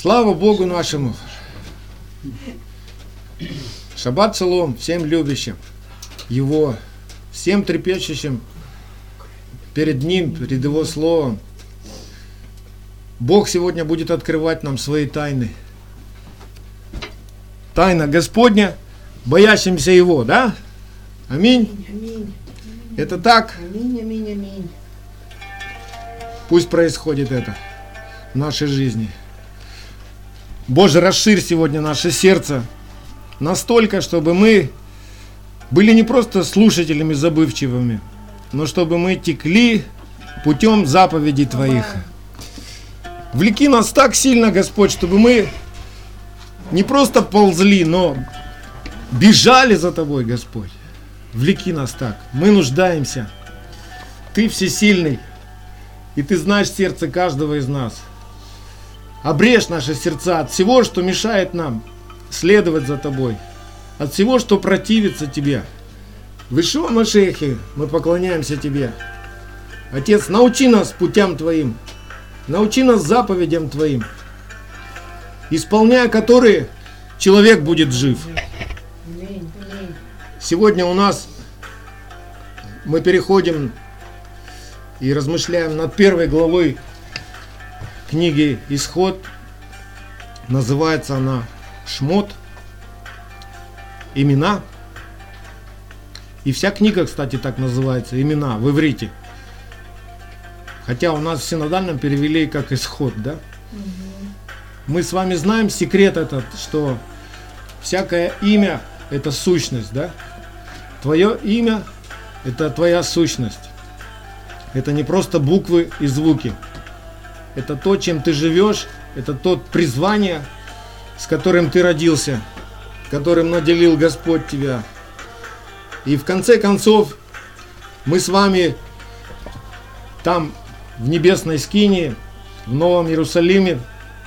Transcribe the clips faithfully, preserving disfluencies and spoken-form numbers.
Слава Богу нашему! Шаббат шалом всем любящим Его, всем трепещущим перед Ним, перед Его Словом. Бог сегодня будет открывать нам свои тайны. Тайна Господня, боящимся Его, да? Аминь. Аминь. Это так? Аминь, аминь, аминь. Пусть происходит это в нашей жизни. Боже, расширь сегодня наше сердце настолько, чтобы мы были не просто слушателями забывчивыми, но чтобы мы текли путем заповедей Твоих. Влеки нас так сильно, Господь, чтобы мы не просто ползли, но бежали за Тобой, Господь. Влеки нас так. Мы нуждаемся. Ты всесильный, и Ты знаешь сердце каждого из нас. Обрежь наши сердца от всего, что мешает нам следовать за Тобой, от всего, что противится Тебе. В Иешуа Машиахе мы поклоняемся Тебе. Отец, научи нас путям Твоим, научи нас заповедям Твоим, исполняя которые человек будет жив. Сегодня у нас мы переходим и размышляем над первой главой книги Исход. Называется она Шмот, имена. И вся книга, кстати, так называется, имена в иврите. Хотя у нас в синодальном перевели как Исход, да? Угу. Мы с вами знаем секрет этот, что всякое имя – это сущность, да? Твое имя – это твоя сущность. Это не просто буквы и звуки. Это то, чем ты живешь, это то призвание, с которым ты родился, которым наделил Господь тебя. И в конце концов, мы с вами там, в небесной скинии, в Новом Иерусалиме,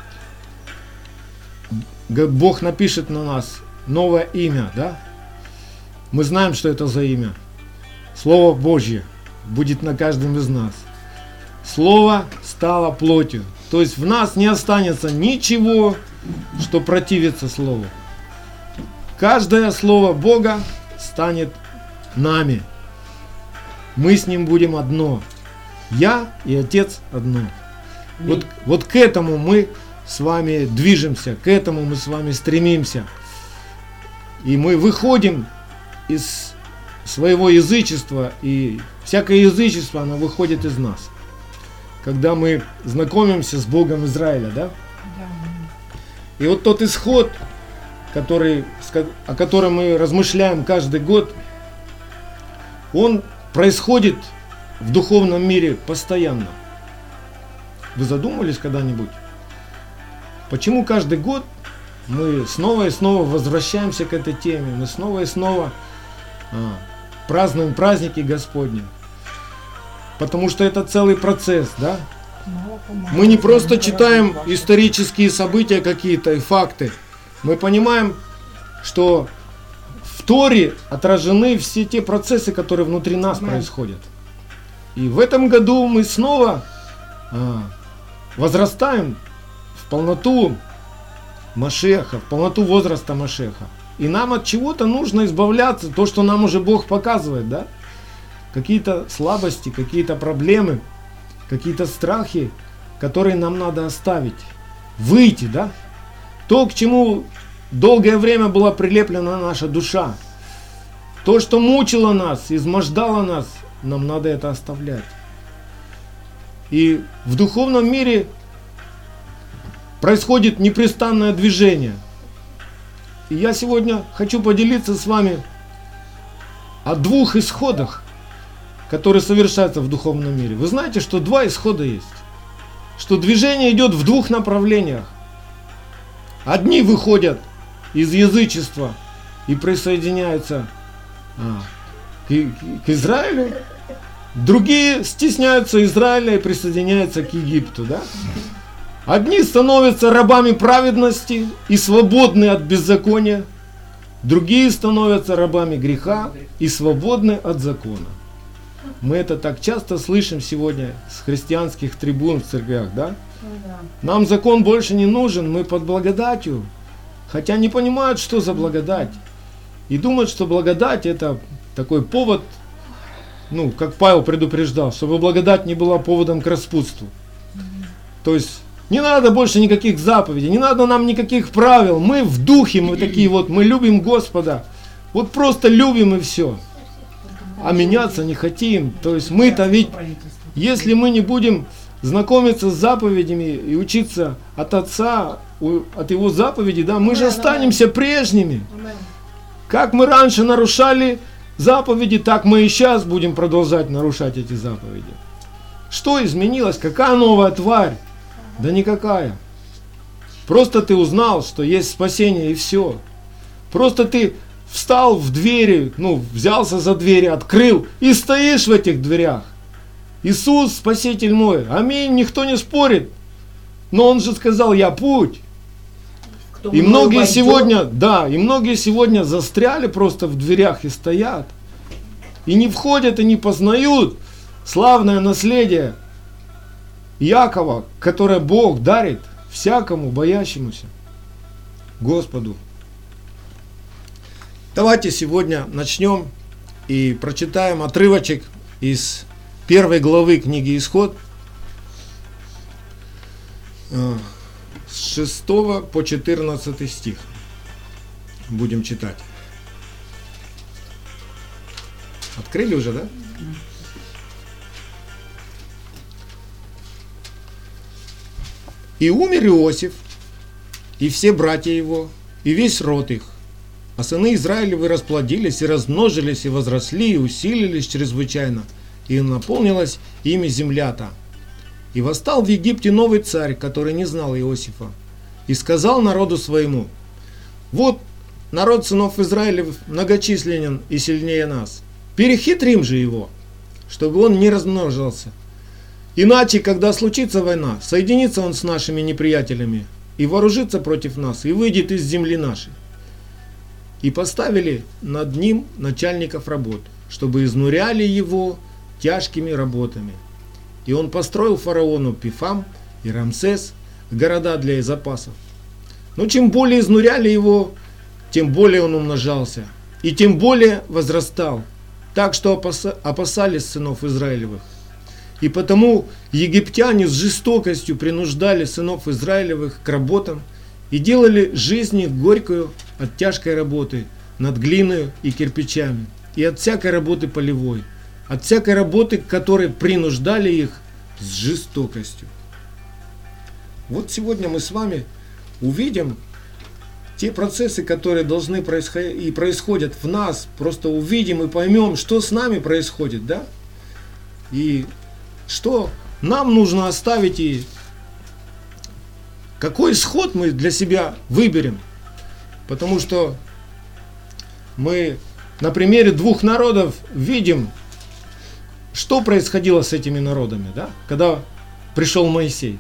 Бог напишет на нас новое имя, да? Мы знаем, что это за имя. Слово Божье будет на каждом из нас. Слово стало плотью. То есть в нас не останется ничего, что противится Слову. Каждое Слово Бога станет нами. Мы с Ним будем одно. Я и Отец одно. Вот, вот к этому мы с вами движемся, к этому мы с вами стремимся. И мы выходим из своего язычества, и всякое язычество, оно выходит из нас. Когда мы знакомимся с Богом Израиля, да? Да. И вот тот исход, который, о котором мы размышляем каждый год, он происходит в духовном мире постоянно. Вы задумывались когда-нибудь? Почему каждый год мы снова и снова возвращаемся к этой теме, мы снова и снова а, празднуем праздники Господни? Потому что это целый процесс, да? Мы не просто читаем исторические события какие-то и факты. Мы понимаем, что в Торе отражены все те процессы, которые внутри нас происходят. И в этом году мы снова а, возрастаем в полноту Машеха, в полноту возраста Машеха. И нам от чего-то нужно избавляться, то, что нам уже Бог показывает, да? Какие-то слабости, какие-то проблемы, какие-то страхи, которые нам надо оставить, выйти, да? То, к чему долгое время была прилеплена наша душа, то, что мучило нас, измождало нас, нам надо это оставлять. И в духовном мире происходит непрестанное движение. И я сегодня хочу поделиться с вами о двух исходах, которые совершаются в духовном мире. Вы знаете, что два исхода есть. Что движение идет в двух направлениях. Одни выходят из язычества и присоединяются а, к, к Израилю. Другие стесняются Израиля и присоединяются к Египту. Да? Одни становятся рабами праведности и свободны от беззакония. Другие становятся рабами греха и свободны от закона. Мы это так часто слышим сегодня с христианских трибун в церквях, да? Нам закон больше не нужен, мы под благодатью. Хотя не понимают, что за благодать. И думают, что благодать это такой повод, ну, как Павел предупреждал, чтобы благодать не была поводом к распутству. То есть не надо больше никаких заповедей, не надо нам никаких правил. Мы в духе, мы такие вот, мы любим Господа. Вот просто любим и все. А меняться не хотим. То есть мы-то ведь, если мы не будем знакомиться с заповедями и учиться от Отца, от Его заповедей, да, мы же останемся прежними. Как мы раньше нарушали заповеди, так мы и сейчас будем продолжать нарушать эти заповеди. Что изменилось? Какая новая тварь? Да никакая. Просто ты узнал, что есть спасение и все. Просто ты встал в двери, ну, взялся за двери, открыл и стоишь в этих дверях. Иисус, Спаситель мой, аминь, никто не спорит. Но Он же сказал, я путь. Кто и многие войдет? сегодня, да, и многие сегодня застряли просто в дверях и стоят. И не входят, и не познают славное наследие Якова, которое Бог дарит всякому боящемуся Господу. Давайте сегодня начнем и прочитаем отрывочек из первой главы книги Исход, с шестого по четырнадцатый стих. Будем читать. Открыли уже, да? «И умер Иосиф, и все братья его, и весь род их. А сыны Израилевы расплодились, и размножились, и возросли, и усилились чрезвычайно, и наполнилась ими земля-то. И восстал в Египте новый царь, который не знал Иосифа, и сказал народу своему: вот народ сынов Израилев многочисленен и сильнее нас. Перехитрим же его, чтобы он не размножился. Иначе, когда случится война, соединится он с нашими неприятелями и вооружится против нас, и выйдет из земли нашей. И поставили над ним начальников работ, чтобы изнуряли его тяжкими работами. И он построил фараону Пифам и Рамсес, города для запасов. Но чем более изнуряли его, тем более он умножался, и тем более возрастал, так что опасались сынов Израилевых. И потому египтяне с жестокостью принуждали сынов Израилевых к работам и делали жизнь их горькую от тяжкой работы над глиной и кирпичами, и от всякой работы полевой, от всякой работы, которой принуждали их с жестокостью». Вот сегодня мы с вами увидим те процессы, которые должны происходить и происходят в нас, просто увидим и поймем, что с нами происходит, да? И что нам нужно оставить и какой исход мы для себя выберем. Потому что мы на примере двух народов видим, что происходило с этими народами, да? Когда пришел Моисей.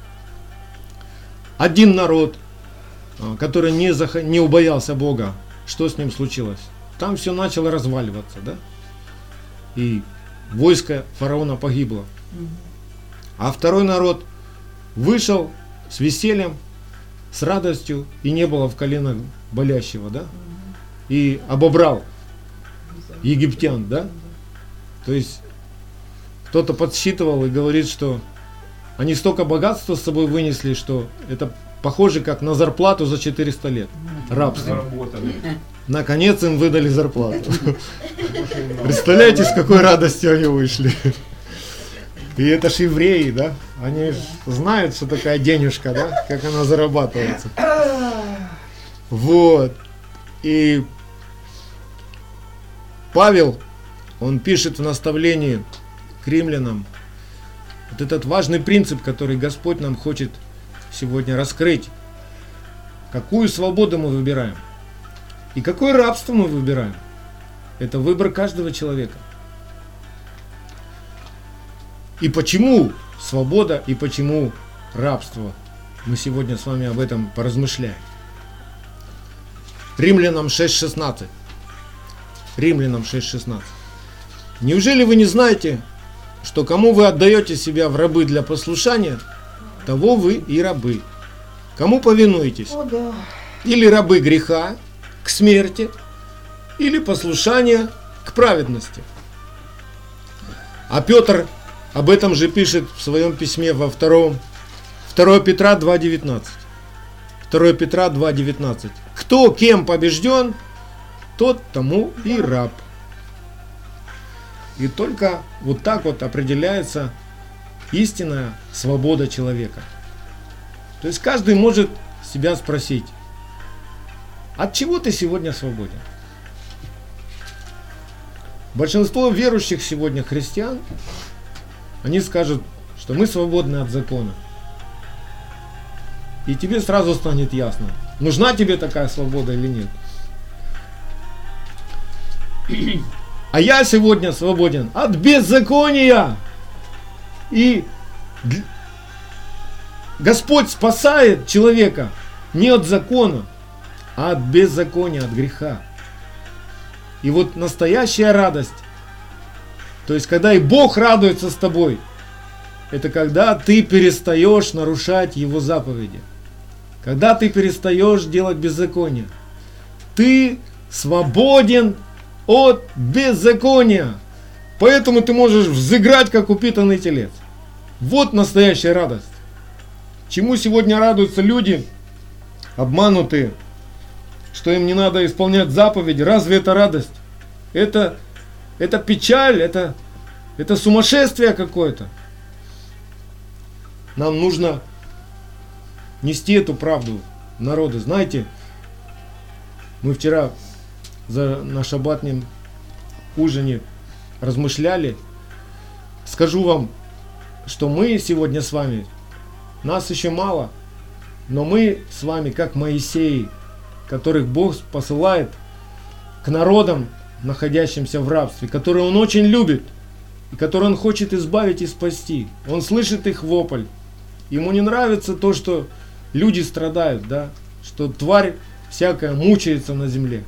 Один народ, который не, зах... не убоялся Бога, что с ним случилось? Там все начало разваливаться, да? И войско фараона погибло. А второй народ вышел с весельем, с радостью, и не было в коленах болящего, да? И обобрал египтян, да? То есть кто-то подсчитывал и говорит, что они столько богатства с собой вынесли, что это похоже как на зарплату за четыреста лет рабства. Наконец им выдали зарплату. Представляете, с какой радостью они вышли. И это ж евреи, да? Они ж знают, что такая денежка, да? Как она зарабатывается. Вот. И Павел, он пишет в наставлении к римлянам вот этот важный принцип, который Господь нам хочет сегодня раскрыть. Какую свободу мы выбираем? И какое рабство мы выбираем? Это выбор каждого человека. И почему свобода и почему рабство? Мы сегодня с вами об этом поразмышляем. Римлянам шесть шестнадцать. Римлянам шесть шестнадцать. Неужели вы не знаете, что кому вы отдаете себя в рабы для послушания, того вы и рабы. Кому повинуетесь? О, да. Или рабы греха к смерти, или послушание к праведности. А Петр об этом же пишет в своем письме во втором, второе Петра два девятнадцать. второе Петра два девятнадцать. Кто кем побежден, тот тому и раб. И только вот так вот определяется истинная свобода человека. То есть каждый может себя спросить, от чего ты сегодня свободен? Большинство верующих сегодня христиан, они скажут, что мы свободны от закона. И тебе сразу станет ясно, нужна тебе такая свобода или нет. А я сегодня свободен от беззакония. И Господь спасает человека не от закона, а от беззакония, от греха. И вот настоящая радость, то есть когда и Бог радуется с тобой, это когда ты перестаешь нарушать Его заповеди. Когда ты перестаешь делать беззаконие. Ты свободен от беззакония. Поэтому ты можешь взыграть, как упитанный телец. Вот настоящая радость. Чему сегодня радуются люди, обманутые, что им не надо исполнять заповеди? Разве это радость? Это, это печаль, это, это сумасшествие какое-то. Нам нужно нести эту правду народу. Знаете, мы вчера за, на шаббатном ужине размышляли. Скажу вам, что мы сегодня с вами, нас еще мало, но мы с вами как Моисей, которых Бог посылает к народам, находящимся в рабстве, которые Он очень любит, и которые Он хочет избавить и спасти. Он слышит их вопль. Ему не нравится то, что люди страдают, да, что тварь всякая мучается на земле.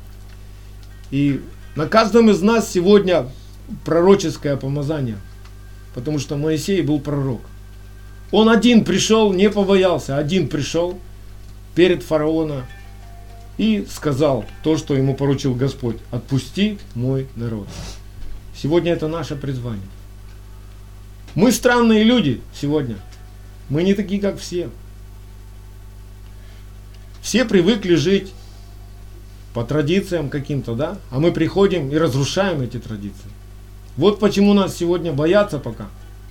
И на каждом из нас сегодня пророческое помазание, потому что Моисей был пророк. Он один пришел, не побоялся, один пришел перед фараона и сказал то, что ему поручил Господь: отпусти мой народ. Сегодня это наше призвание. Мы странные люди сегодня. Мы не такие, как все. Все привыкли жить по традициям каким-то, да? А мы приходим и разрушаем эти традиции. Вот почему нас сегодня боятся пока.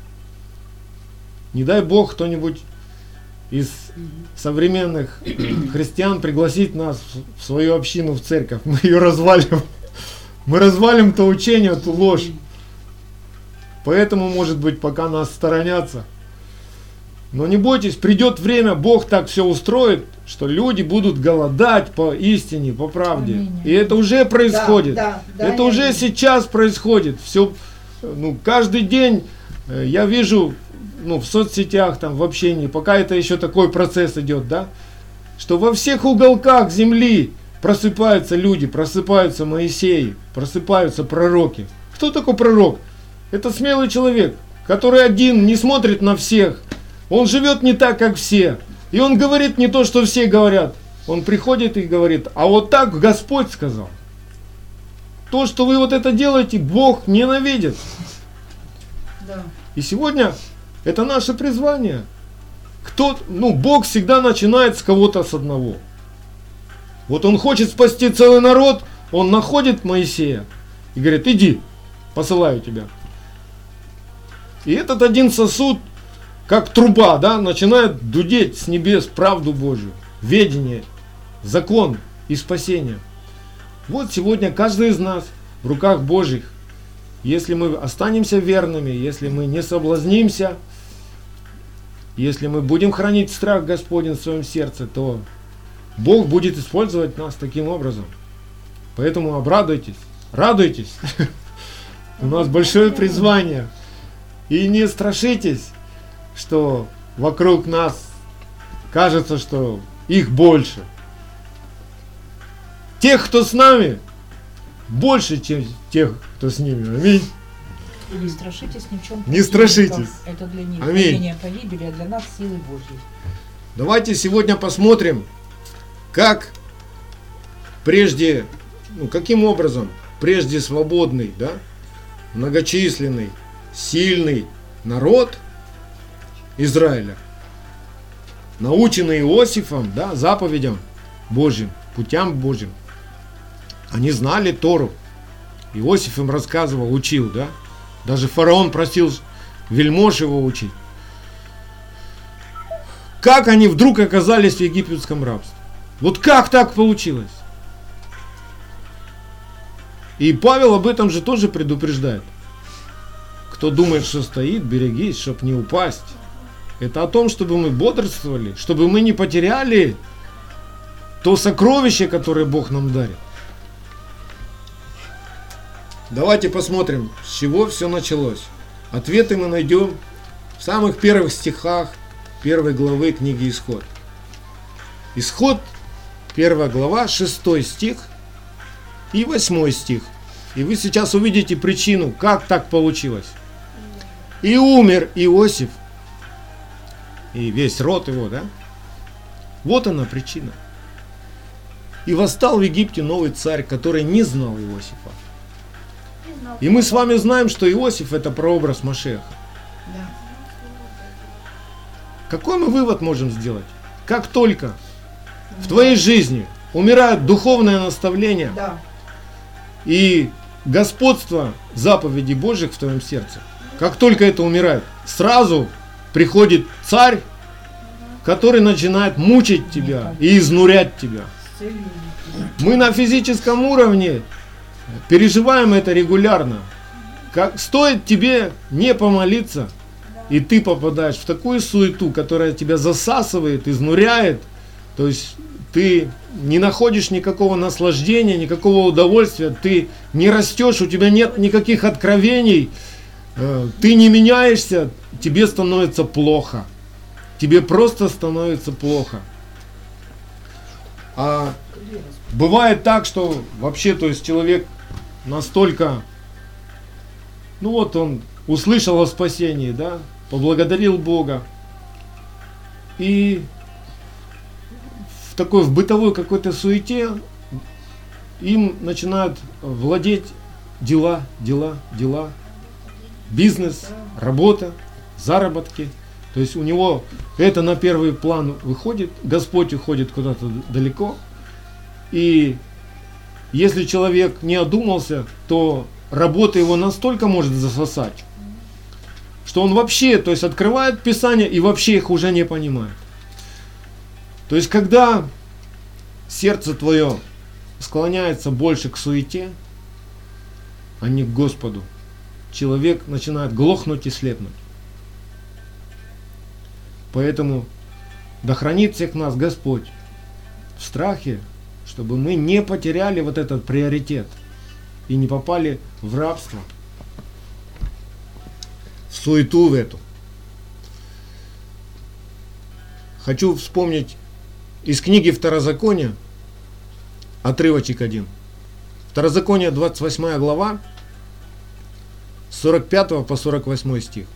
Не дай Бог кто-нибудь из современных христиан пригласить нас в свою общину, в церковь. Мы ее развалим. Мы развалим то учение, ту ложь. Поэтому, может быть, пока нас сторонятся. Но не бойтесь, придет время, Бог так все устроит, что люди будут голодать по истине, по правде. Аминь. И это уже происходит. Да, да, да, это уже аминь. Сейчас происходит. Все, ну, каждый день я вижу, ну, в соцсетях, там, в общении, пока это еще такой процесс идет, да, что во всех уголках земли просыпаются люди, просыпаются Моисеи, просыпаются пророки. Кто такой пророк? Это смелый человек, который один, не смотрит на всех. Он живет не так, как все. И он говорит не то, что все говорят. Он приходит и говорит: а вот так Господь сказал. То, что вы вот это делаете, Бог ненавидит. Да. И сегодня это наше призвание. Кто, ну, Бог всегда начинает с кого-то с одного. Вот Он хочет спасти целый народ, Он находит Моисея и говорит: иди, посылаю тебя. И этот один сосуд, как труба, да, начинает дудеть с небес правду Божию, ведение, закон и спасение. Вот сегодня каждый из нас в руках Божьих. Если мы останемся верными, если мы не соблазнимся, если мы будем хранить страх Господень в своем сердце, то Бог будет использовать нас таким образом. Поэтому обрадуйтесь, радуйтесь. У нас большое призвание. И не страшитесь, что вокруг нас кажется, что их больше. Тех, кто с нами, больше, чем тех, кто с ними. Аминь. И не страшитесь ни в чем. Не страшитесь. Это для них Аминь. падение погибели, а для нас силы Божьей. Давайте сегодня посмотрим, как прежде, ну каким образом прежде свободный, да, многочисленный, сильный народ Израиля, наученный Иосифом, да, заповедям Божьим, путям Божьим, они знали Тору. Иосиф им рассказывал, учил, да. Даже фараон просил вельмож его учить. Как они вдруг оказались в египетском рабстве? Вот как так получилось? И Павел об этом же тоже предупреждает. Кто думает, что стоит, берегись, чтобы не упасть. Это о том, чтобы мы бодрствовали, чтобы мы не потеряли то сокровище, которое Бог нам дарит. Давайте посмотрим, с чего все началось. Ответы мы найдем в самых первых стихах первой главы книги Исход. Исход, первая глава, шестой стих и восьмой стих. И вы сейчас увидите причину, как так получилось. И умер Иосиф, и весь род его, да? Вот она причина. И восстал в Египте новый царь, который не знал Иосифа. И мы с вами знаем, что Иосиф это прообраз Машеха. Да. Какой мы вывод можем сделать? Как только в твоей жизни умирает духовное наставление Да. и господство заповедей Божьих в твоем сердце, как только это умирает, сразу приходит царь, который начинает мучить тебя и изнурять тебя. С целью идти. Мы на физическом уровне переживаем это регулярно. Как стоит тебе не помолиться, и ты попадаешь в такую суету, которая тебя засасывает, изнуряет, то есть ты не находишь никакого наслаждения, никакого удовольствия, ты не растешь, у тебя нет никаких откровений, э, ты не меняешься, тебе становится плохо. Тебе просто становится плохо. А бывает так, что вообще, то есть человек настолько, ну вот он услышал о спасении, да, поблагодарил Бога, и в такой, в бытовой какой-то суете им начинают владеть дела, дела, дела, бизнес, работа, заработки. То есть у него это на первый план выходит, Господь уходит куда-то далеко. И если человек не одумался, то работа его настолько может засосать, что он вообще, то есть открывает Писание и вообще их уже не понимает. То есть когда сердце твое склоняется больше к суете, а не к Господу, человек начинает глохнуть и слепнуть. Поэтому да хранит всех нас Господь в страхе, чтобы мы не потеряли вот этот приоритет и не попали в рабство, в суету в эту. Хочу вспомнить из книги Второзакония отрывочек один. Второзаконие, двадцать восьмая глава, с сорок пятого по сорок восьмой стих.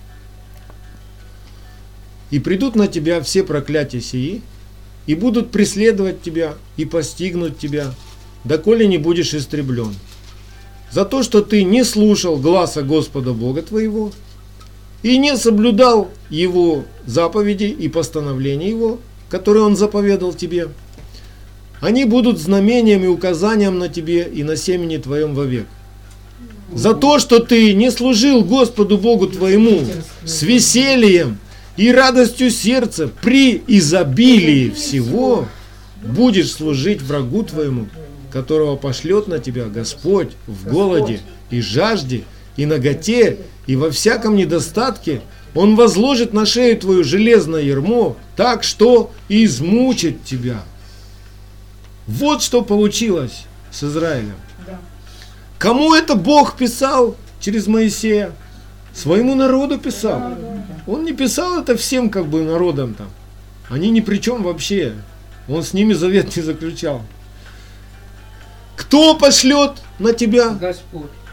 «И придут на тебя все проклятия сии, и будут преследовать тебя, и постигнут тебя, доколе не будешь истреблен. За то, что ты не слушал гласа Господа Бога твоего, и не соблюдал Его заповедей и постановлений Его, которые Он заповедал тебе, они будут знамением и указанием на тебе и на семени твоем вовек. За то, что ты не служил Господу Богу твоему с весельем и радостью сердца при изобилии всего, будешь служить врагу твоему, которого пошлет на тебя Господь в голоде и жажде, и наготе, и во всяком недостатке. Он возложит на шею твою железное ярмо, так что измучит тебя». Вот что получилось с Израилем. Да. Кому это Бог писал через Моисея? Своему народу писал. Да, да, да. Он не писал это всем как бы народам там. Они ни при чем вообще. Он с ними завет не заключал. Кто пошлет на тебя? Господь.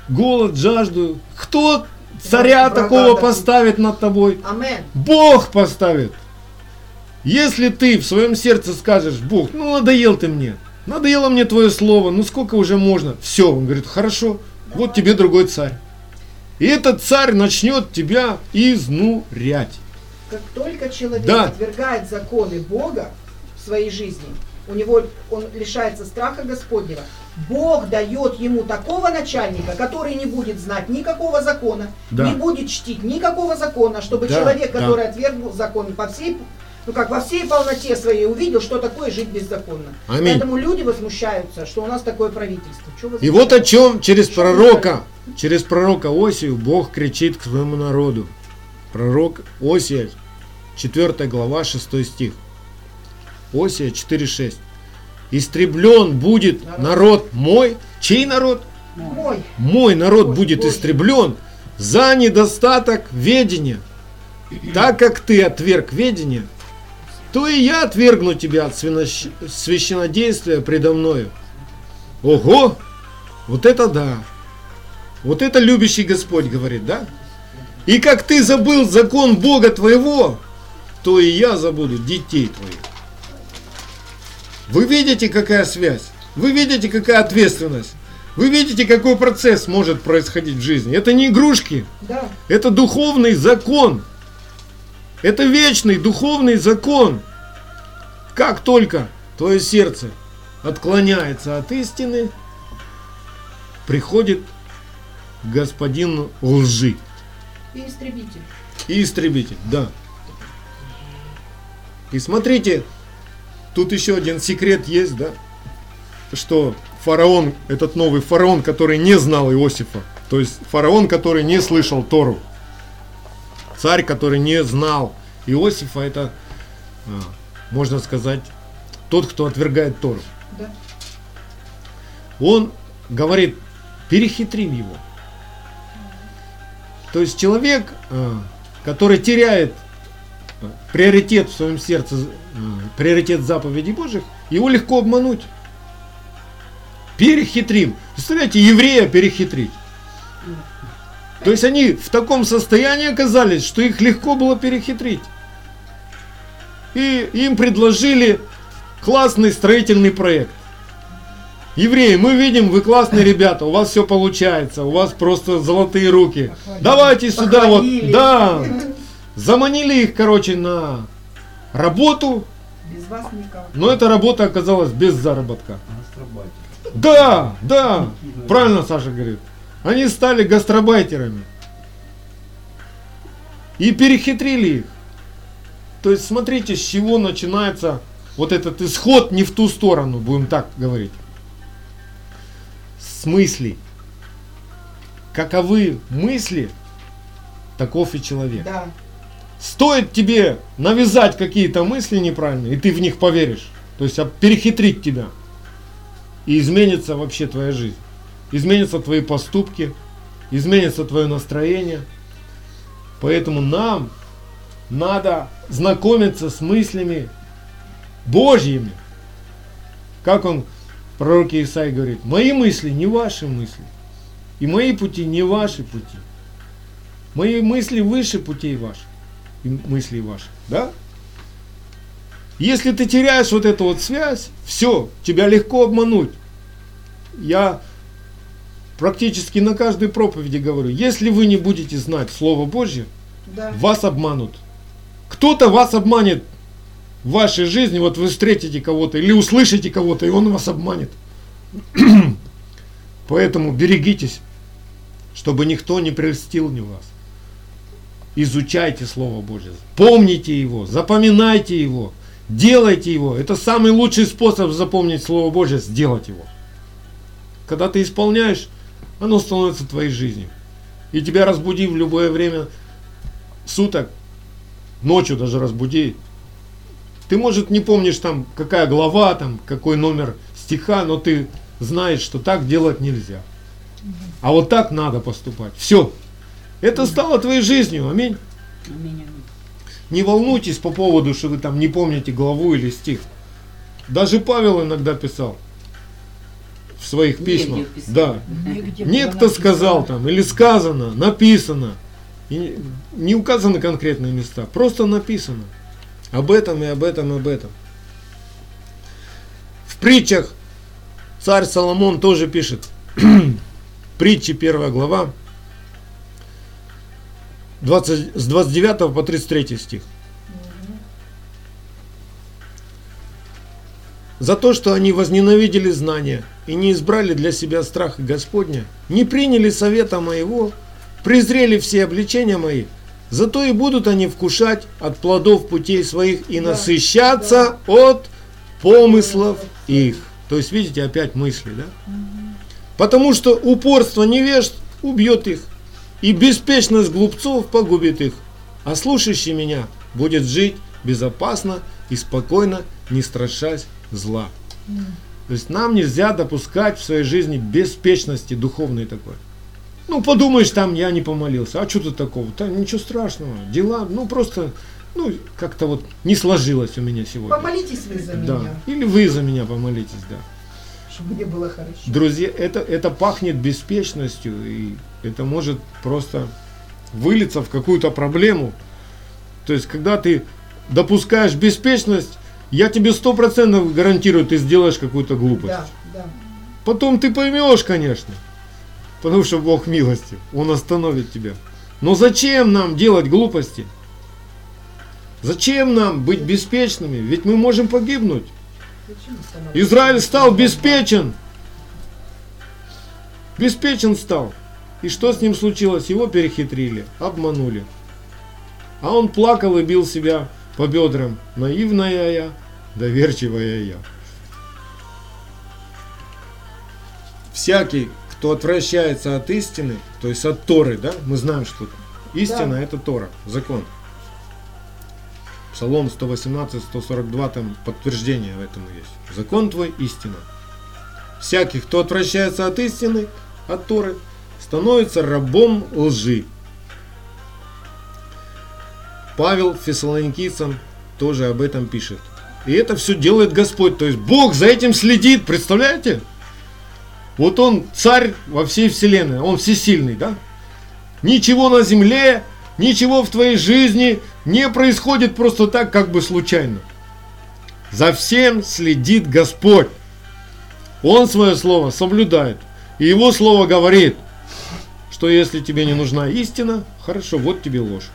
голод, жажду. Кто царя Врага, такого да. поставит над тобой? Амен. Бог поставит. Если ты в своем сердце скажешь: Бог, ну надоел ты мне, надоело мне твое слово, ну сколько уже можно? Все, он говорит: хорошо, вот тебе другой царь. И этот царь начнет тебя изнурять. Как только человек Да. отвергает законы Бога в своей жизни, у него он лишается страха Господнего. Бог дает ему такого начальника, который не будет знать никакого закона, Да. не будет чтить никакого закона, чтобы Да, человек, да. который отвергнул закон по всей, ну как во всей полноте своей увидел, что такое жить беззаконно. Аминь. Поэтому люди возмущаются, что у нас такое правительство. Чё И вот о возмущаются? чем через Что пророка, через пророка Осию Бог кричит к своему народу. Пророк Осия, четвёртая глава, шестой стих. Осия четыре шесть. Истреблен будет народ мой. Чей народ? Мой. Мой народ Божий, будет Божий. истреблен за недостаток ведения. Так как ты отверг ведение, то и я отвергну тебя от свинощ- священнодействия предо мною. Ого! Вот это да! Вот это любящий Господь говорит, да? И как ты забыл закон Бога твоего, то и я забуду детей твоих. Вы видите, какая связь? Вы видите, какая ответственность? Вы видите, какой процесс может происходить в жизни? Это не игрушки, Да. это духовный закон. Это вечный духовный закон. Как только твое сердце отклоняется от истины, приходит господин лжи И истребитель. и истребитель, да. И смотрите, тут еще один секрет есть, да, что фараон, этот новый фараон, который не знал Иосифа, то есть фараон, который не слышал Тору, царь, который не знал Иосифа, это, а, можно сказать, тот, кто отвергает Тору. Да. Он говорит: перехитрим его. То есть человек, а, который теряет а, приоритет в своем сердце, а, приоритет заповедей Божьих, его легко обмануть. Перехитрим. Представляете, еврея перехитрить. То есть они в таком состоянии оказались, что их легко было перехитрить. И им предложили классный строительный проект. Евреи, мы видим, вы классные ребята, у вас все получается, у вас просто золотые руки. Давайте сюда вот, Похвалили. да. Заманили их, короче, на работу, Без вас никак. но эта работа оказалась без заработка. Да, да, правильно Саша говорит. Они стали гастробайтерами. И перехитрили их. То есть смотрите, с чего начинается вот этот исход не в ту сторону, будем так говорить. С мыслей. Каковы мысли, таков и человек. Да. Стоит тебе навязать какие-то мысли неправильные, и ты в них поверишь. То есть а, перехитрить тебя. И изменится вообще твоя жизнь. Изменятся твои поступки, изменится твое настроение. Поэтому нам надо знакомиться с мыслями Божьими. Как он в пророке Исаии говорит: мои мысли не ваши мысли, и мои пути не ваши пути. Мои мысли выше путей ваших и мыслей ваших. Да? Если ты теряешь вот эту вот связь, все, тебя легко обмануть. Я практически на каждой проповеди говорю: если вы не будете знать Слово Божье, Да. вас обманут. Кто-то вас обманет в вашей жизни, вот вы встретите кого-то или услышите кого-то, и он вас обманет. Поэтому берегитесь, чтобы никто не прельстил ни вас. Изучайте Слово Божье, помните его, запоминайте его, делайте его. Это самый лучший способ запомнить Слово Божье, сделать его. Когда ты исполняешь, оно становится твоей жизнью. И тебя разбуди в любое время суток, ночью даже разбуди. Ты, может, не помнишь там, какая глава, там, какой номер стиха, но ты знаешь, что так делать нельзя. А вот так надо поступать. Все. Это стало твоей жизнью. Аминь. Аминь, аминь. Не волнуйтесь по поводу, что вы там не помните главу или стих. Даже Павел иногда писал: в своих Нигде письмах. в письме. Да. Нигде Некто было сказал написано. там, или сказано, написано. И не указаны конкретные места, просто написано. Об этом и об этом и об этом. В притчах царь Соломон тоже пишет. Притчи, первая глава, двадцать, с двадцать девятого по тридцать третий стих. За то, что они возненавидели знания и не избрали для себя страха Господня, не приняли совета моего, презрели все обличения мои, зато и будут они вкушать от плодов путей своих и Да, насыщаться от помыслов их. То есть, видите, опять мысли, да? Потому что упорство невежд убьет их, и беспечность глупцов погубит их, а слушающий меня будет жить безопасно и спокойно, не страшась зла. То есть нам нельзя допускать в своей жизни беспечности духовной такой. Ну, подумаешь, там я не помолился, а что тут такого? Там ничего страшного, дела, ну просто, ну, как-то вот не сложилось у меня сегодня. Помолитесь вы за Да. меня, Или вы за меня помолитесь, да. чтобы мне было хорошо. Друзья, это, это пахнет беспечностью, и это может просто вылиться в какую-то проблему. То есть, когда ты допускаешь беспечность, я тебе сто процентов гарантирую, ты сделаешь какую-то глупость. Да, да. Потом ты поймешь, конечно, потому что Бог милостив, Он остановит тебя. Но зачем нам делать глупости? Зачем нам быть беспечными? Ведь мы можем погибнуть. Зачем останавливаться? Израиль стал беспечен. Беспечен стал. И что с ним случилось? Его перехитрили, обманули. А он плакал и бил себя по бедрам. Наивная я, доверчивая я. Всякий, кто отвращается от истины, то есть от Торы, да, мы знаем, что истина Да. это Тора, закон. Псалом сто восемнадцать сто сорок два, там подтверждение этому есть. Закон твой истина. Всякий, кто отвращается от истины, от Торы, становится рабом лжи. Павел Фессалоникийцам тоже об этом пишет. И это все делает Господь. То есть Бог за этим следит, представляете? Вот Он царь во всей вселенной, Он всесильный, да? Ничего на земле, ничего в твоей жизни не происходит просто так, как бы случайно. За всем следит Господь. Он свое слово соблюдает. И Его слово говорит, что если тебе не нужна истина, хорошо, вот тебе ложь.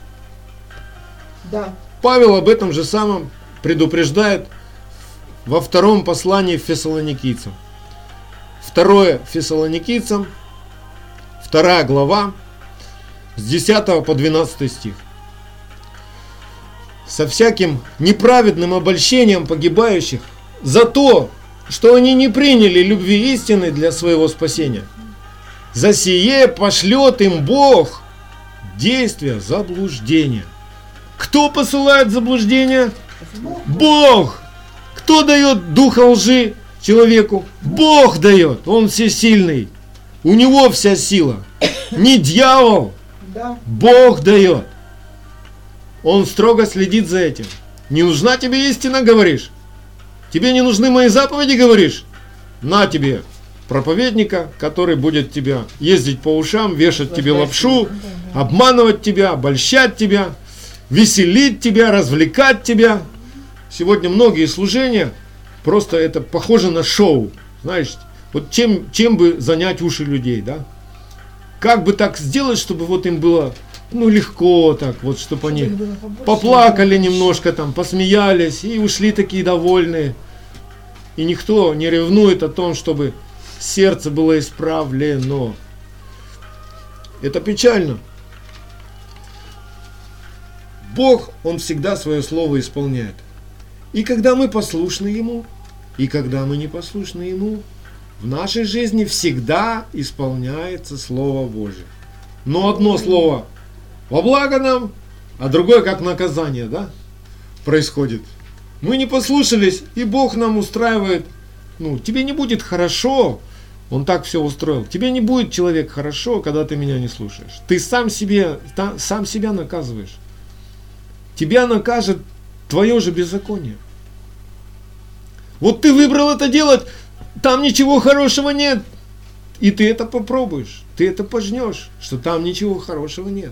Да. Павел об этом же самом предупреждает во втором послании Фессалоникийцам. Второе Фессалоникийцам, вторая глава, с десятого по двенадцатый стих. Со всяким неправедным обольщением погибающих за то, что они не приняли любви истины для своего спасения. За сие пошлет им Бог действия заблуждения. Кто посылает заблуждение? Бог! Кто дает духа лжи человеку? Бог дает, Он всесильный. У Него вся сила. Не дьявол, Да. Бог дает. Он строго следит за этим. Не нужна тебе истина, говоришь? Тебе не нужны мои заповеди, говоришь? На тебе проповедника, который будет тебя ездить по ушам, вешать тебе лапшу, обманывать тебя, обольщать тебя, веселить тебя, развлекать тебя. Сегодня многие служения, просто это похоже на шоу. Знаешь, вот чем, чем бы занять уши людей, да? Как бы так сделать, чтобы вот им было, ну, легко так, вот, чтобы они поплакали немножко там, посмеялись и ушли такие довольные. И никто не ревнует о том, чтобы сердце было исправлено. Это печально. Бог, Он всегда свое слово исполняет. И когда мы послушны Ему, и когда мы не послушны Ему, в нашей жизни всегда исполняется Слово Божие. Но одно слово во благо нам, а другое как наказание, да, происходит. Мы не послушались, и Бог нам устраивает, ну, тебе не будет хорошо, Он так все устроил. Тебе не будет, человек, хорошо, когда ты меня не слушаешь. Ты сам себе, та, сам себя наказываешь. Тебя накажет твое же беззаконие. Вот ты выбрал это делать, там ничего хорошего нет. И ты это попробуешь, ты это пожнешь, что там ничего хорошего нет.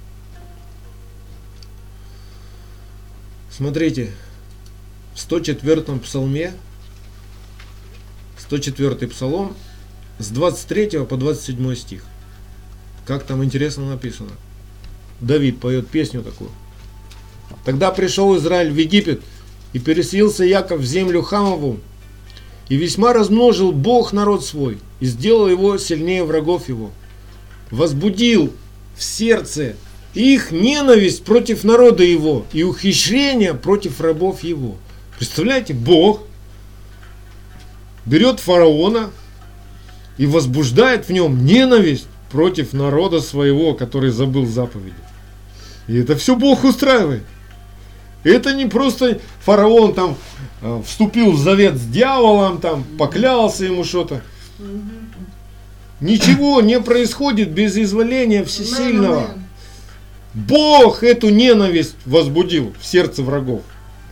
Смотрите, в сто четвёртом псалме, сто четвёртый псалом, с двадцать третьего по двадцать седьмой стих. Как там интересно написано. Давид поет песню такую. Тогда пришел Израиль в Египет, и переселился Яков в землю Хамову, и весьма размножил Бог народ свой, и сделал его сильнее врагов его. Возбудил в сердце их ненависть против народа его, и ухищрение против рабов его. Представляете, Бог берет фараона и возбуждает в нем ненависть против народа своего, который забыл заповеди. И это все Бог устраивает. Это не просто фараон там э, вступил в завет с дьяволом, там поклялся ему что-то. Ничего не происходит без изволения всесильного. Бог эту ненависть возбудил в сердце врагов.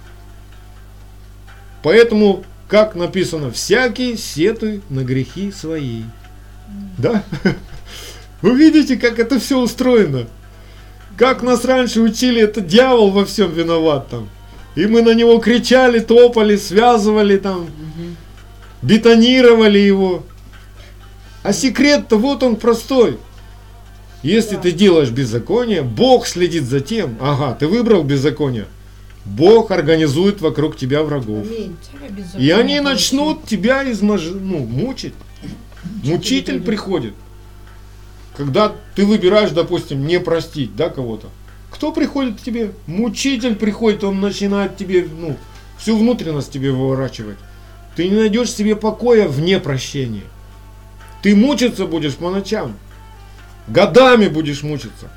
Поэтому, как написано, всякий сетуй на грехи свои. Да? Вы видите, как это все устроено? Как нас раньше учили, это дьявол во всем виноват там. И мы на него кричали, топали, связывали там, бетонировали его. А секрет-то вот он простой. Если ты делаешь беззаконие, Бог следит за тем. Ага, ты выбрал беззаконие. Бог организует вокруг тебя врагов. И они начнут тебя измож... ну, мучить. Мучитель приходит. Когда ты выбираешь, допустим, не простить, да, кого-то. Кто приходит к тебе? Мучитель приходит, он начинает тебе, ну, всю внутренность тебе выворачивать. Ты не найдешь себе покоя вне прощения. Ты мучиться будешь по ночам. Годами будешь мучиться.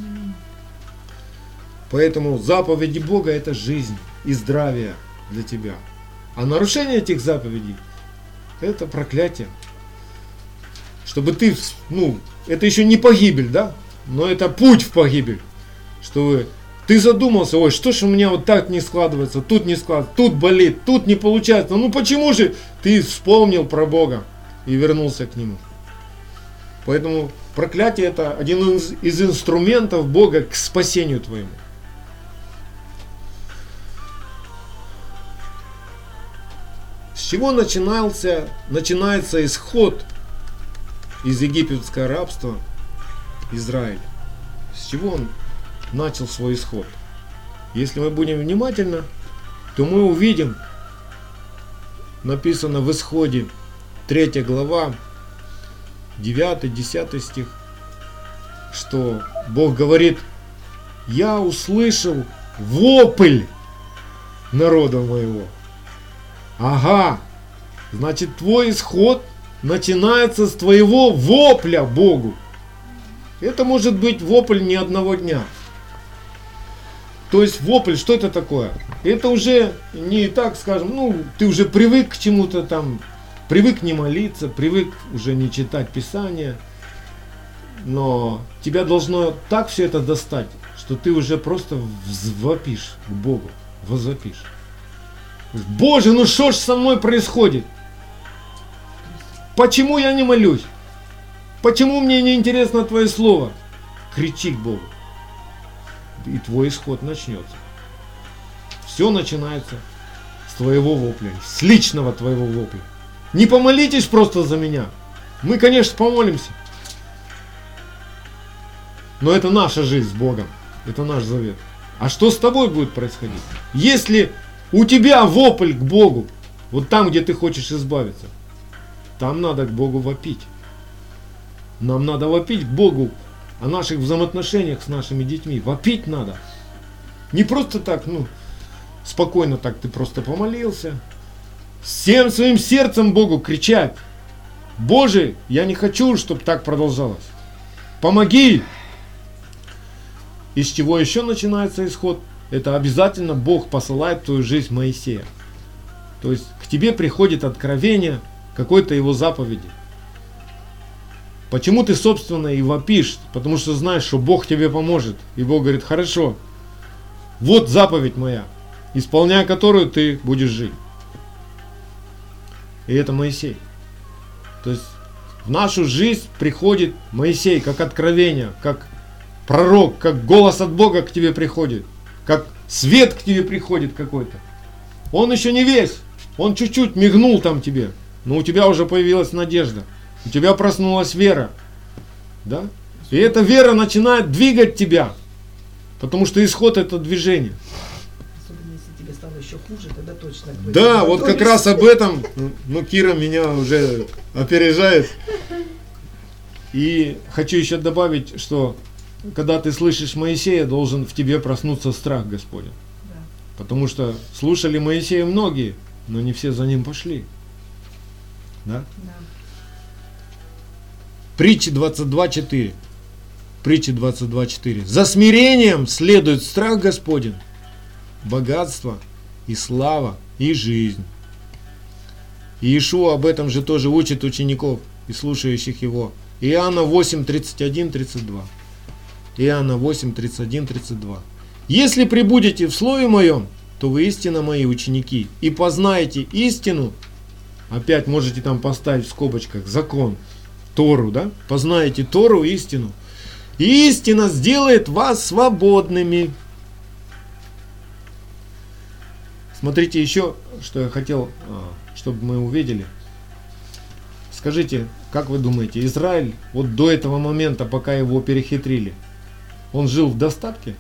Поэтому заповеди Бога — это жизнь и здравие для тебя. А нарушение этих заповедей — это проклятие. Чтобы ты, ну, это еще не погибель, да? Но это путь в погибель. Чтобы ты задумался, ой, что ж у меня вот так не складывается, тут не складывается, тут болит, тут не получается. Ну почему же ты вспомнил про Бога и вернулся к Нему? Поэтому проклятие — это один из, из инструментов Бога к спасению твоему. С чего начинался, начинается исход из египетского рабства Израиль? С чего он начал свой исход? Если мы будем внимательны, то мы увидим, написано в Исходе, третья глава, девятый-десятый стих, что Бог говорит: я услышал вопль народа моего. Ага, значит, твой исход начинается с твоего вопля Богу. Это может быть вопль не одного дня. То есть вопль, что это такое? Это уже не так, скажем, ну, ты уже привык к чему-то там, привык не молиться, привык уже не читать Писание, но тебя должно так все это достать, что ты уже просто взвопишь к Богу, возопишь. Боже, ну что ж со мной происходит? Почему я не молюсь? Почему мне не интересно Твое Слово? Кричи к Богу. И твой исход начнется. Все начинается с твоего вопля, с личного твоего вопля. Не помолитесь просто за меня. Мы, конечно, помолимся. Но это наша жизнь с Богом. Это наш завет. А что с тобой будет происходить? Если у тебя вопль к Богу, вот там, где ты хочешь избавиться, там надо к Богу вопить. Нам надо вопить к Богу о наших взаимоотношениях с нашими детьми. Вопить надо. Не просто так, ну, спокойно так ты просто помолился. Всем своим сердцем Богу кричать: Боже, я не хочу, чтобы так продолжалось. Помоги! Из чего еще начинается исход? Это обязательно Бог посылает в твою жизнь Моисея. То есть к тебе приходит откровение какой-то его заповеди. Почему ты, собственно, и вопишь? Потому что знаешь, что Бог тебе поможет. И Бог говорит: хорошо, вот заповедь моя, исполняя которую ты будешь жить. И это Моисей. То есть в нашу жизнь приходит Моисей, как откровение, как пророк, как голос от Бога к тебе приходит, как свет к тебе приходит какой-то. Он еще не весь, он чуть-чуть мигнул там тебе, но у тебя уже появилась надежда, у тебя проснулась вера. Да? И эта вера начинает двигать тебя, потому что исход это движение. Особенно если тебе стало еще хуже, тогда точно. Да, вот как раз об этом, ну, Кира меня уже опережает. И хочу еще добавить, что когда ты слышишь Моисея, должен в тебе проснуться страх Господень. Да. Потому что слушали Моисея многие, но не все за ним пошли. Да? Да. Притча двадцать два четыре. Притча двадцать два четыре. За смирением следует страх Господень, богатство и слава и жизнь. И Иешуа об этом же тоже учит учеников и слушающих его. Иоанна восемь, тридцать один, тридцать два. Иоанна восемь, тридцать один, тридцать два. Если пребудете в слове моем, то вы истинно мои ученики, и познаете истину. Опять можете там поставить в скобочках закон, Тору, да? Познаете Тору, истину. И истина сделает вас свободными. Смотрите еще, что я хотел, чтобы мы увидели. Скажите, как вы думаете, Израиль вот до этого момента, пока его перехитрили, он жил в достатке?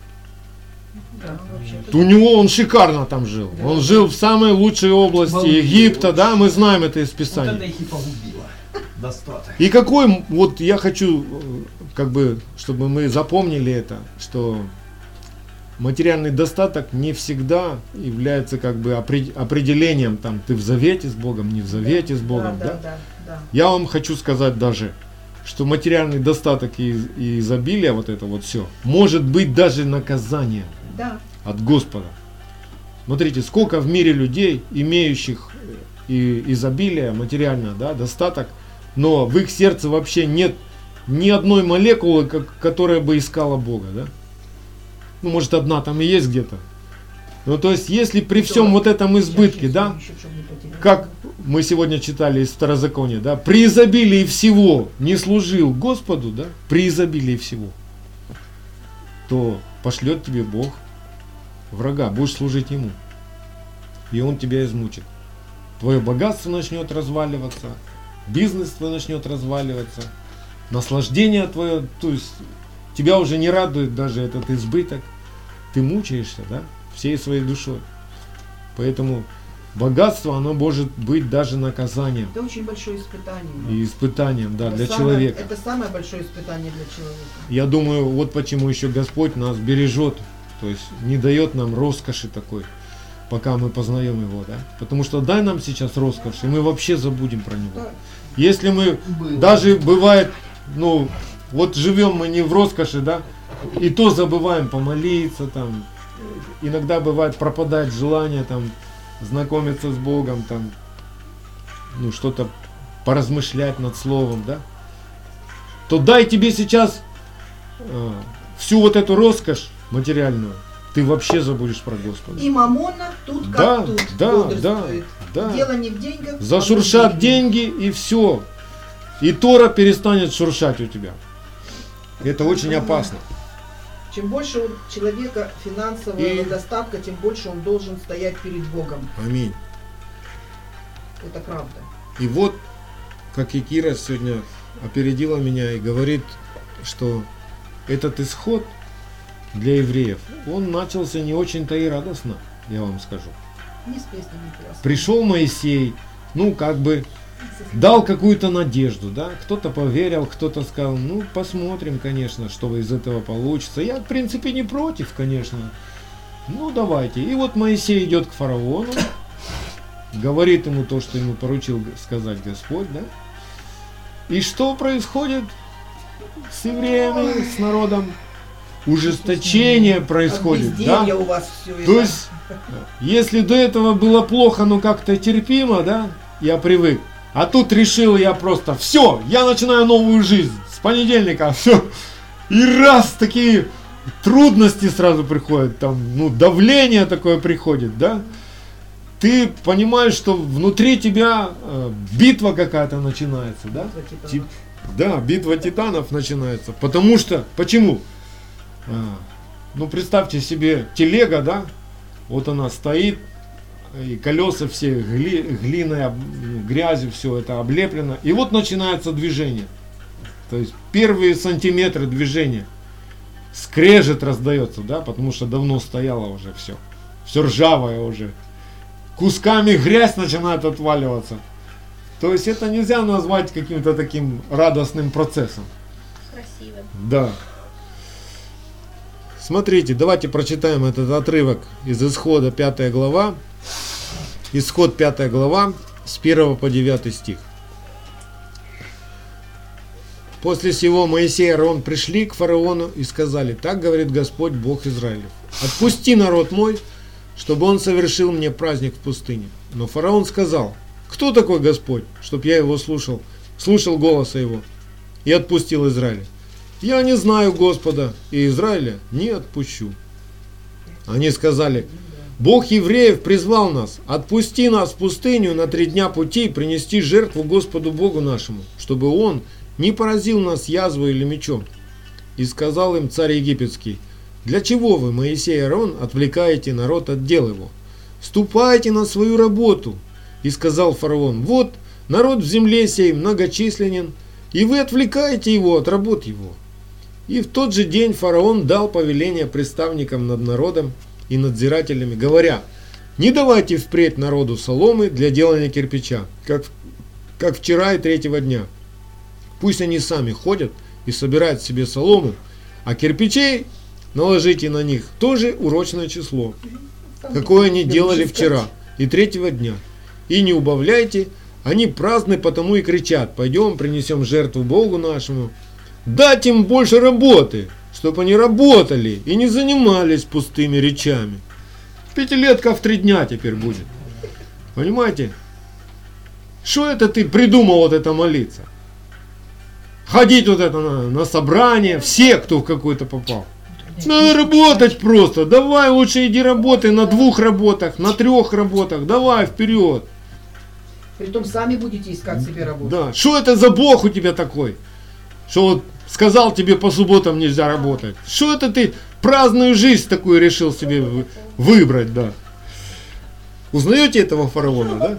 Да, вообще-то. У него он шикарно там жил. Да. Он жил в самой лучшей области Балдею Египта, вообще. да, мы знаем это из Вот Писания. это их и погубило. Достаток. И какой, вот я хочу, э, как бы, чтобы мы запомнили это, что материальный достаток не всегда является как бы опре- определением, там, ты в завете с Богом, не в завете с Богом, да? Да, да, да. Я вам хочу сказать даже, что материальный достаток и, и изобилие, вот это вот все, может быть даже наказанием Да. от Господа. Смотрите, сколько в мире людей, имеющих и изобилие материальное, да, достаток, но в их сердце вообще нет ни одной молекулы, как, которая бы искала Бога, да? Ну, может, одна там и есть где-то. Ну, то есть, если при всем вот этом избытке, да, как мы сегодня читали из Второзакония, да, при изобилии всего не служил Господу, да, при изобилии всего, то пошлет тебе Бог врага, будешь служить Ему, и Он тебя измучит. Твое богатство начнет разваливаться, бизнес твой начнет разваливаться, наслаждение твое, то есть тебя уже не радует даже этот избыток, ты мучаешься, да, всей своей душой. Поэтому богатство, оно может быть даже наказанием Это очень большое испытание. и испытанием, да, Это для самое- человека. Это самое большое испытание для человека. Я думаю, вот почему еще Господь нас бережет, то есть не дает нам роскоши такой, пока мы познаем Его, да. Потому что дай нам сейчас роскошь, и мы вообще забудем про Него. Да. Если мы Было. даже бывает, ну, вот живем мы не в роскоши, да, и то забываем помолиться, там, иногда бывает пропадает желание, там, знакомиться с Богом, там, ну, что-то поразмышлять над Словом, да, то дай тебе сейчас э, всю вот эту роскошь материальную, ты вообще забудешь про Господа. И мамона тут как Да, тут да, бодрствует. да, да. Дело не в деньгах. Зашуршат а в деньги и все. И Тора перестанет шуршать у тебя. Это очень опасно. Чем больше у человека финансового И- достатка, тем больше он должен стоять перед Богом. Аминь. Это правда. И вот, как и Кира сегодня опередила меня и говорит, что этот исход для евреев, он начался не очень-то и радостно, я вам скажу. Не с песнями прекрасно. Пришел Моисей, ну, как бы, дал какую-то надежду, да, кто-то поверил, кто-то сказал, ну, посмотрим, конечно, что из этого получится. Я, в принципе, не против, конечно. Ну, давайте. И вот Моисей идет к фараону, говорит ему то, что ему поручил сказать Господь, да. И что происходит с евреями, с народом? Ужесточение происходит, От да. безделья у вас все То есть, если до этого было плохо, но как-то терпимо, да, я привык. А тут решил я просто, все, я начинаю новую жизнь. С понедельника, все. И раз, такие трудности сразу приходят, там, ну, давление такое приходит, да. ты понимаешь, что внутри тебя э, битва какая-то начинается, да? Битва титанов. Ти- Да, битва титанов начинается. Потому что, почему? А, ну, представьте себе телега, да? Вот она стоит, и колеса все гли, глиной, об- грязью, все это облеплено. И вот начинается движение. То есть первые сантиметры движения. Скрежет раздается, да? Потому что давно стояло уже все. Все ржавое уже. Кусками грязь начинает отваливаться. То есть это нельзя назвать каким-то таким радостным процессом. Красиво. Да. Смотрите, давайте прочитаем этот отрывок из Исхода пятая глава. Исход пятая глава с первого по девятый стих. После сего Моисей и Аарон пришли к фараону и сказали: так говорит Господь Бог Израилев: отпусти народ мой, чтобы он совершил мне праздник в пустыне. Но фараон сказал: кто такой Господь, чтоб я его слушал, слушал голоса его и отпустил Израиля? Я не знаю Господа, и Израиля не отпущу. Они сказали: Бог евреев призвал нас, отпусти нас в пустыню на три дня пути принести жертву Господу Богу нашему, чтобы Он не поразил нас язвой или мечом. И сказал им царь египетский: для чего вы, Моисей и Аарон, отвлекаете народ от дел его? Ступайте на свою работу. И сказал фараон: вот народ в земле сей многочисленен, и вы отвлекаете его от работ его. И в тот же день фараон дал повеление представникам над народом и надзирателями, говоря: не давайте впредь народу соломы для делания кирпича, как, как вчера и третьего дня. Пусть они сами ходят и собирают себе солому, а кирпичей наложите на них тоже урочное число, какое они делали вчера и третьего дня. И не убавляйте, они праздны, потому и кричат: пойдем принесем жертву Богу нашему. Дать им больше работы, чтобы они работали и не занимались пустыми речами. Пятилетка в три дня теперь будет. Понимаете? Что это ты придумал вот это молиться? Ходить вот это на, на собрание, все, кто в какой-то попал. Надо работать просто. Давай лучше иди работай на двух работах, на трех работах. Давай вперед. Притом сами будете искать себе работу. Да. Что это за Бог у тебя такой? Что вот сказал тебе по субботам нельзя работать. Что это ты праздную жизнь такую решил себе вы- выбрать, да? Узнаете этого фараона, да?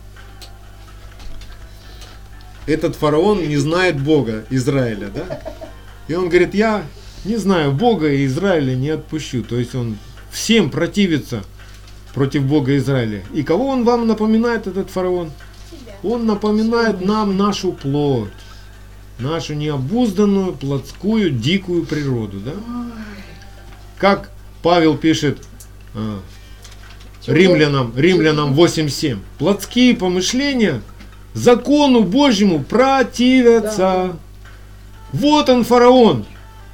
Этот фараон не знает Бога Израиля, да? И он говорит: я не знаю Бога и Израиля не отпущу. То есть он всем противится против Бога Израиля. И кого он вам напоминает, этот фараон? Себя. Он напоминает нам нашу плоть, нашу необузданную, плотскую, дикую природу, да? Как Павел пишет а, римлянам, римлянам восемь семь. Плотские помышления закону Божьему противятся. Да. Вот он, фараон.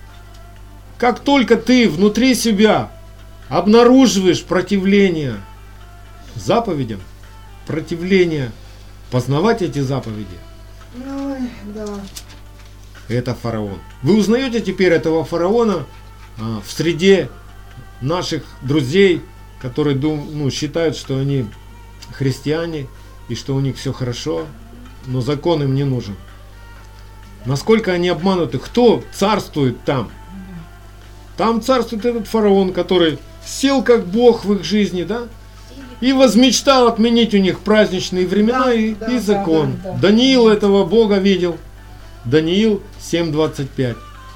Как только ты внутри себя обнаруживаешь противление заповедям, противление познавать эти заповеди, Ой, да. это фараон. Вы узнаете теперь этого фараона а, в среде наших друзей, которые дум, ну, считают, что они христиане и что у них все хорошо, но закон им не нужен. Насколько они обмануты? Кто царствует там? Там царствует этот фараон, который сел как Бог в их жизни, да? И возмечтал отменить у них праздничные времена Да, и, да, и да, закон. да, да. Даниил этого Бога видел. Даниил семь двадцать пять.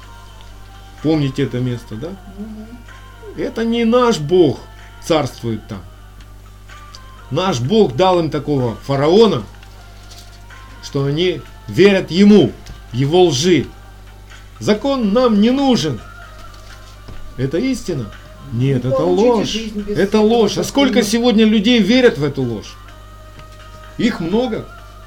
Помните это место, да? Это не наш Бог царствует там. Наш Бог дал им такого фараона, что они верят ему, его лжи. Закон нам не нужен. Это истина? Нет, Не это получите ложь. жизнь без Это всякого ложь. А сколько закона. сегодня людей верят в эту ложь? Их много.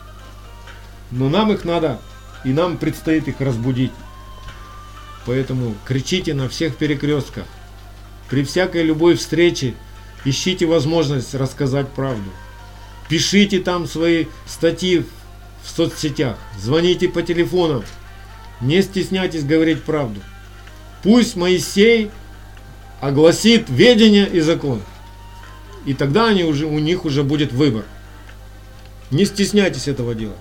Но нам их надо, и нам предстоит их разбудить. Поэтому кричите на всех перекрестках. При всякой любой встрече ищите возможность рассказать правду. Пишите там свои статьи в соцсетях. Звоните по телефонам. Не стесняйтесь говорить правду. Пусть Моисей огласит ведение и закон. И тогда они уже, у них уже будет выбор. Не стесняйтесь этого делать.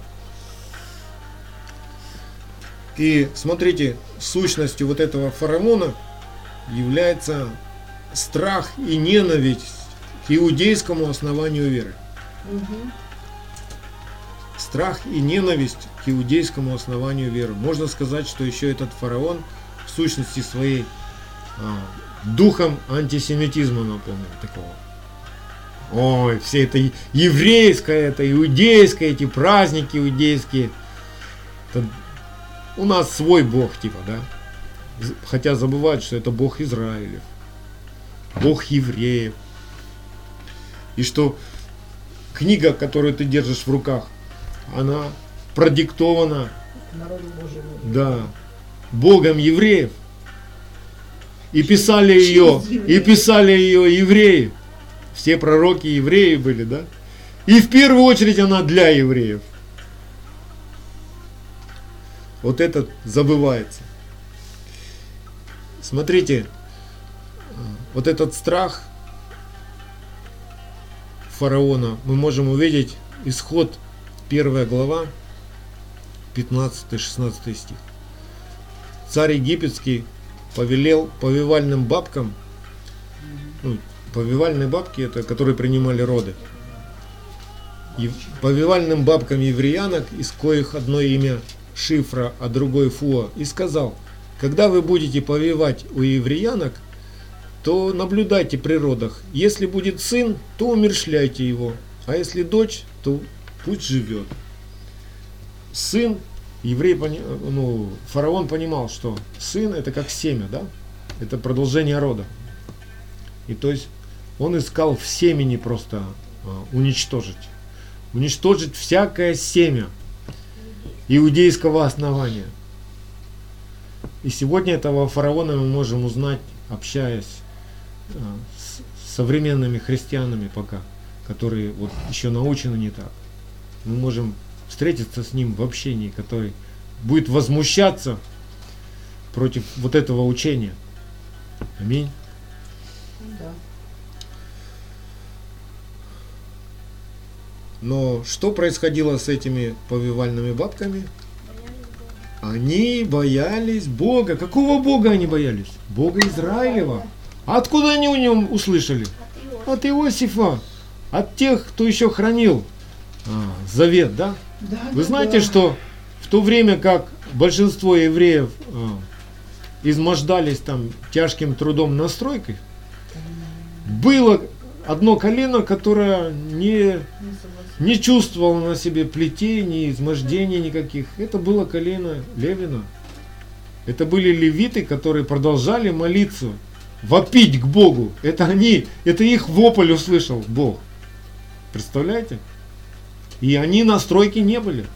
И смотрите, сущностью вот этого фараона является страх и ненависть к иудейскому основанию веры. Мгм. Страх и ненависть к иудейскому основанию веры. Можно сказать, что еще этот фараон в сущности своей а, духом антисемитизма напомнил такого. Ой, все это еврейское, это иудейское, эти праздники иудейские. Это у нас свой Бог, типа, да? Хотя забывают, что это Бог Израилев, Бог евреев. И что книга, которую ты держишь в руках, она продиктована, Народу Божьему. да, Богом евреев. И писали ее, и писали ее евреи. Все пророки евреи были, да? И в первую очередь она для евреев. Вот это забывается. Смотрите, вот этот страх фараона мы можем увидеть, исход первая глава, пятнадцатый-шестнадцатый стих. Царь египетский повелел повивальным бабкам, ну, повивальные бабки, это которые принимали роды, и повивальным бабкам евреянок, из коих одно имя Шифра, а другой Фуа, и сказал: когда вы будете повивать у евреянок, то наблюдайте при родах. Если будет сын, то умерщвляйте его, а если дочь, то пусть живет. Сын, еврей, ну, фараон понимал, что сын это как семя, да? Это продолжение рода. И то есть он искал в семени просто а, уничтожить. Уничтожить всякое семя иудейского основания. И сегодня этого фараона мы можем узнать, общаясь а, с современными христианами пока, которые вот еще научены не так. Мы можем встретиться с ним в общении, который будет возмущаться против вот этого учения. Аминь. Да. Но что происходило с этими повивальными бабками? Они боялись Бога. Какого Бога они боялись? Бога Израилева. А откуда они о нем услышали? От Иосифа. От тех, кто еще хранил а, завет, да? Да, Вы да, знаете, да. что в то время как большинство евреев а, измождались там тяжким трудом на стройках, было одно колено, которое не, Не согласен. не чувствовало на себе плетений, измождений никаких. Это было колено Левина. Это были левиты, которые продолжали молиться, вопить к Богу. Это они, это их вопль услышал Бог. Представляете? И они на стройке не были.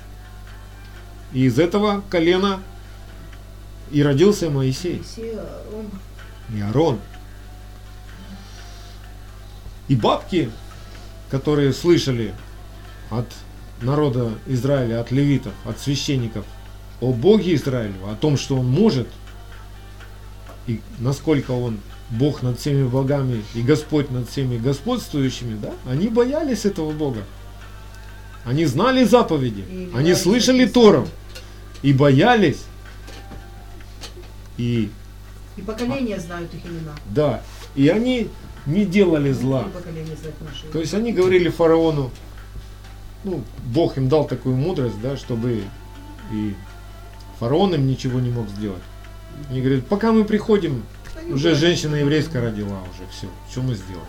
И из этого колена и родился Моисей Все, он и Аарон. И бабки, которые слышали от народа Израиля, от левитов, от священников о Боге Израилева, о том, что Он может, и насколько Он Бог над всеми богами и Господь над всеми господствующими, да, они боялись этого Бога. Они знали заповеди, И они говорили, слышали что Тору и боялись. И и поколения знают их имена. да, и они не делали зла. И поколения знают наши То есть они говорили фараону, ну, Бог им дал такую мудрость, да, чтобы и фараон им ничего не мог сделать. Они говорят, пока мы приходим, Они уже говорят, женщина еврейская родила, уже все, что мы сделали.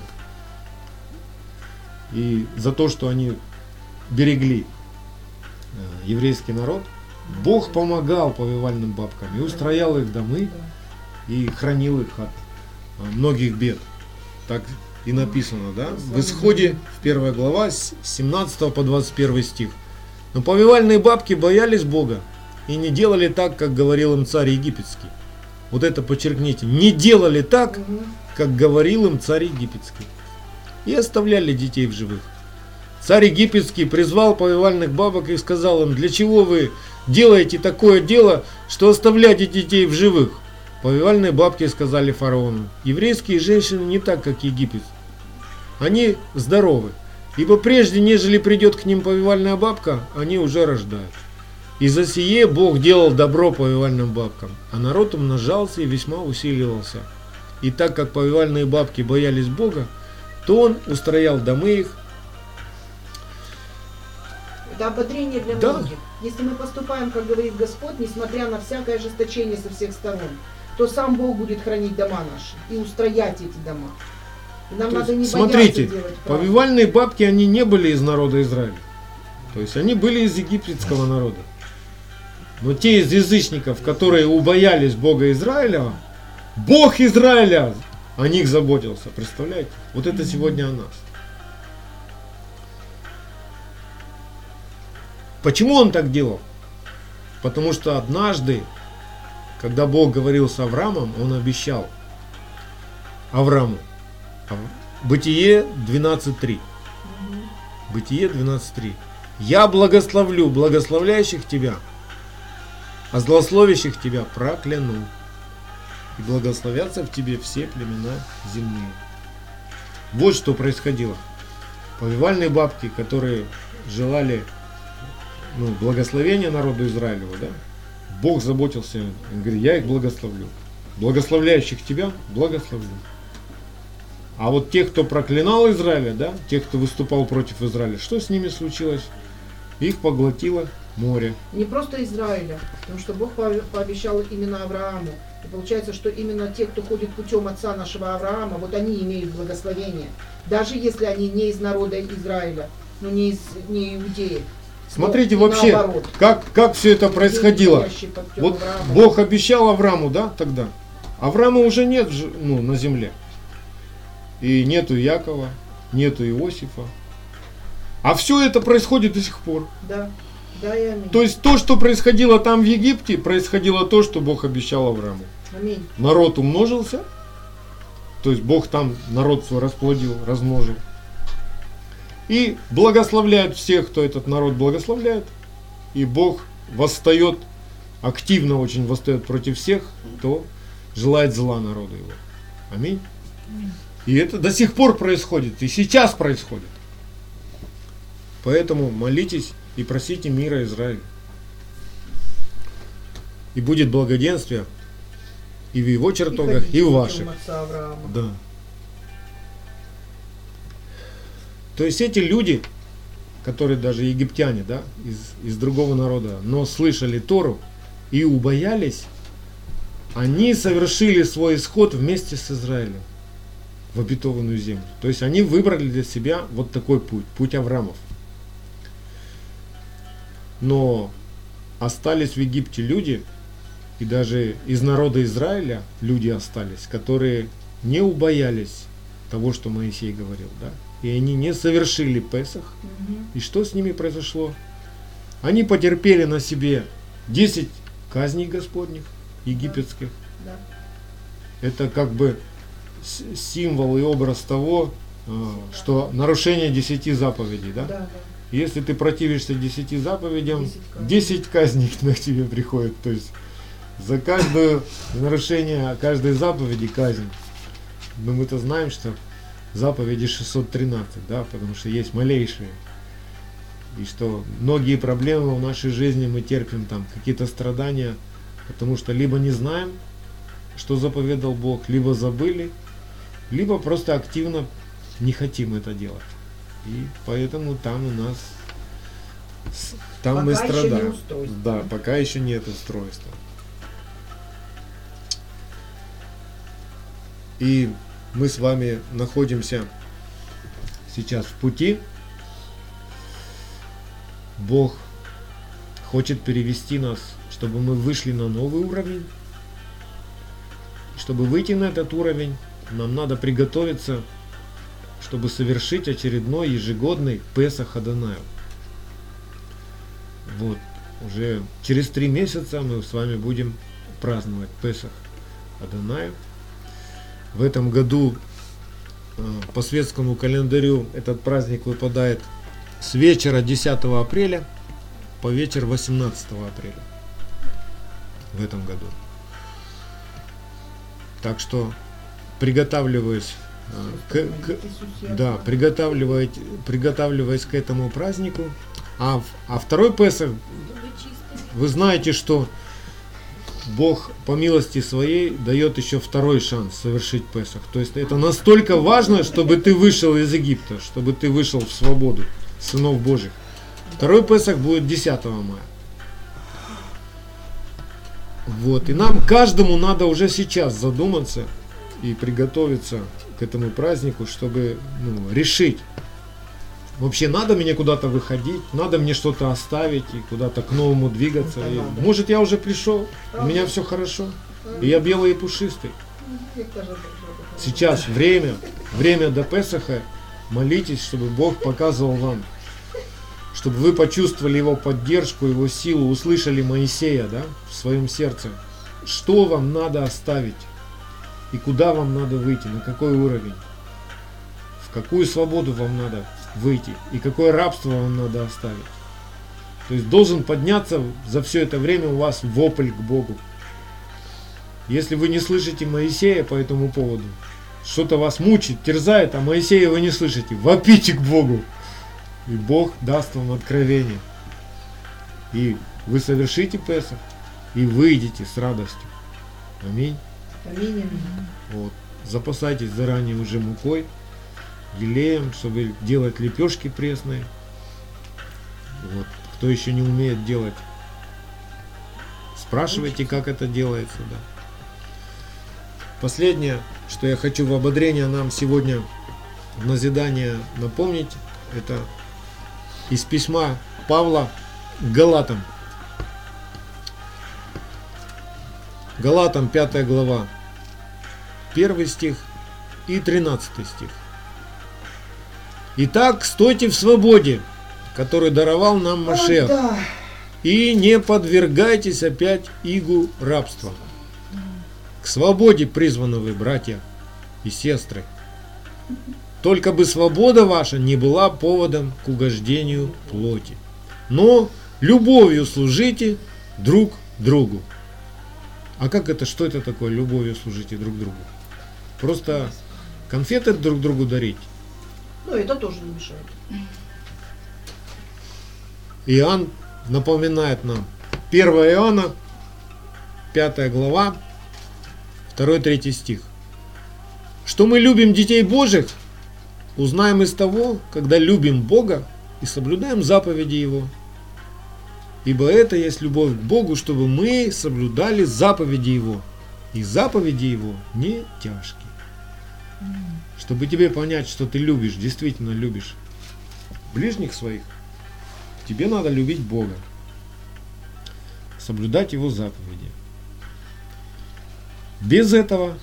И за то, что они берегли э, еврейский народ, Бог помогал повивальным бабкам и устроял их домы да. и хранил их от э, многих бед. Так и написано, да? В Исходе, в первая глава, с семнадцатого по двадцать первый стих. Но повивальные бабки боялись Бога и не делали так, как говорил им царь египетский. Вот это подчеркните. Не делали так, Мгм. как говорил им царь египетский. И оставляли детей в живых. Царь египетский призвал повивальных бабок и сказал им, для чего вы делаете такое дело, что оставляете детей в живых? Повивальные бабки сказали фараону, еврейские женщины не так, как египет, они здоровы. Ибо прежде, нежели придет к ним повивальная бабка, они уже рождают. И за сие Бог делал добро повивальным бабкам, а народ умножался и весьма усиливался. И так как повивальные бабки боялись Бога, то Он устроял домы их. Это ободрение для Да. многих. Если мы поступаем, как говорит Господь, несмотря на всякое ожесточение со всех сторон, то сам Бог будет хранить дома наши и устроять эти дома. И нам То надо не есть, бояться смотрите, делать правду. повивальные бабки, они не были из народа Израиля. То есть они были из египетского народа. Но те из язычников, которые убоялись Бога Израиля, Бог Израиля о них заботился. Представляете? Вот это сегодня о нас. Почему он так делал? Потому что однажды, когда Бог говорил с Авраамом, он обещал Аврааму. Бытие двенадцать три. Бытие двенадцать три. Я благословлю благословляющих тебя, а злословящих тебя прокляну. И благословятся в тебе все племена земные. Вот что происходило. Повивальные бабки, которые желали ну, благословения народу Израилева, да? Бог заботился, он говорит, я их благословлю. Благословляющих тебя благословлю. А вот тех, кто проклинал Израиля, да, тех, кто выступал против Израиля, что с ними случилось? Их поглотило море. Не просто Израиля, потому что Бог поо- пообещал именно Аврааму. И получается, что именно те, кто ходит путем отца нашего Авраама, вот они имеют благословение. Даже если они не из народа Израиля, но не из не иудеи. Смотрите Но и вообще, наоборот. как, как все это происходило. Ходящие под путем Вот Авраама. Бог обещал Аврааму, да, тогда. Авраама уже нет ж- ну, на земле. И нету Якова, нету Иосифа. А все это происходит до сих пор. Да, да и аминь. То есть то, что происходило там в Египте, происходило то, что Бог обещал Аврааму. Аминь. Народ умножился, то есть Бог там народ свой расплодил, размножил. И благословляет всех, кто этот народ благословляет. И Бог восстает, активно очень восстает против всех, кто желает зла народу его. Аминь. И это до сих пор происходит, и сейчас происходит. Поэтому молитесь и просите мира Израилю. И будет благоденствие и в его чертогах, и, ходите в путем ваших. отца Авраама. Да. То есть эти люди, которые даже египтяне, да, из, из другого народа, но слышали Тору и убоялись, они совершили свой исход вместе с Израилем в обетованную землю. То есть они выбрали для себя вот такой путь, путь Авраамов. Но остались в Египте люди, и даже из народа Израиля люди остались, которые не убоялись того, что Моисей говорил, да? И они не совершили Песах. Мгм. И что с ними произошло? Они потерпели на себе десять казней Господних, египетских. Да. Это как бы с- символ и образ того, а, что нарушение десяти заповедей, да? Да, да. Если ты противишься десяти заповедям, Десять казней. десять казней на тебе приходит. То есть за каждое нарушение каждой заповеди казнь. Но мы-то знаем, что заповеди шестьсот тринадцать, да, потому что есть малейшие. И что многие проблемы в нашей жизни мы терпим там, какие-то страдания, потому что либо не знаем, что заповедал Бог, либо забыли, либо просто активно не хотим это делать. И поэтому там у нас с- там Пока мы еще не страдаем. устройство. Да, пока еще нет устройства. И мы с вами находимся сейчас в пути. Бог хочет перевести нас, чтобы мы вышли на новый уровень. Чтобы выйти на этот уровень, нам надо приготовиться, чтобы совершить очередной ежегодный Песах Адонаю. Вот, уже через три месяца мы с вами будем праздновать Песах Адонаю. В этом году э, по светскому календарю этот праздник выпадает с вечера десятого апреля по вечер восемнадцатого апреля в этом году. Так что приготавливаюсь э, к- к- да, приготавливаясь, приготавливаясь к этому празднику. А, в- а второй Песах, вы знаете, что Бог по милости своей дает еще второй шанс совершить Песах. То есть это настолько важно, чтобы ты вышел из Египта, чтобы ты вышел в свободу сынов Божьих. Второй Песах будет десятого мая. Вот. И нам каждому надо уже сейчас задуматься и приготовиться к этому празднику, чтобы ну, решить, вообще надо мне куда-то выходить, надо мне что-то оставить и куда-то к новому двигаться. И, может, я уже пришел, у меня все хорошо, и я белый и пушистый. Сейчас время, время до Песаха, молитесь, чтобы Бог показывал вам, чтобы вы почувствовали Его поддержку, Его силу, услышали Моисея, да, в своем сердце, что вам надо оставить и куда вам надо выйти, на какой уровень, в какую свободу вам надо выйти и какое рабство вам надо оставить. То есть должен подняться за все это время у вас вопль к Богу. Если вы не слышите Моисея по этому поводу, что-то вас мучит, терзает, а Моисея вы не слышите, вопите к Богу. И Бог даст вам откровение. И вы совершите Песах и выйдете с радостью. Аминь. Аминь, аминь. Вот. Запасайтесь заранее уже мукой, елеем, чтобы делать лепешки пресные. Вот. Кто еще не умеет делать, спрашивайте, как это делается. Да. Последнее, что я хочу в ободрение нам сегодня в назидание напомнить, это из письма Павла к Галатам. Галатам пятая глава, первый стих и тринадцатый стих. Итак, стойте в свободе, который даровал нам Машех, Да. и не подвергайтесь опять игу рабства. К свободе призваны вы, братья и сестры. Только бы свобода ваша не была поводом к угождению плоти. Но любовью служите друг другу. А как это, что это такое, любовью служите друг другу? Просто конфеты друг другу дарить? Ну, это тоже не мешает. Иоанн напоминает нам. первое Иоанна, пятая глава, второй-третий стих. Что мы любим детей Божьих, узнаем из того, когда любим Бога и соблюдаем заповеди Его. Ибо это есть любовь к Богу, чтобы мы соблюдали заповеди Его. И заповеди Его не тяжкие. Чтобы тебе понять, что ты любишь, действительно любишь ближних своих, тебе надо любить Бога, соблюдать Его заповеди. Без этого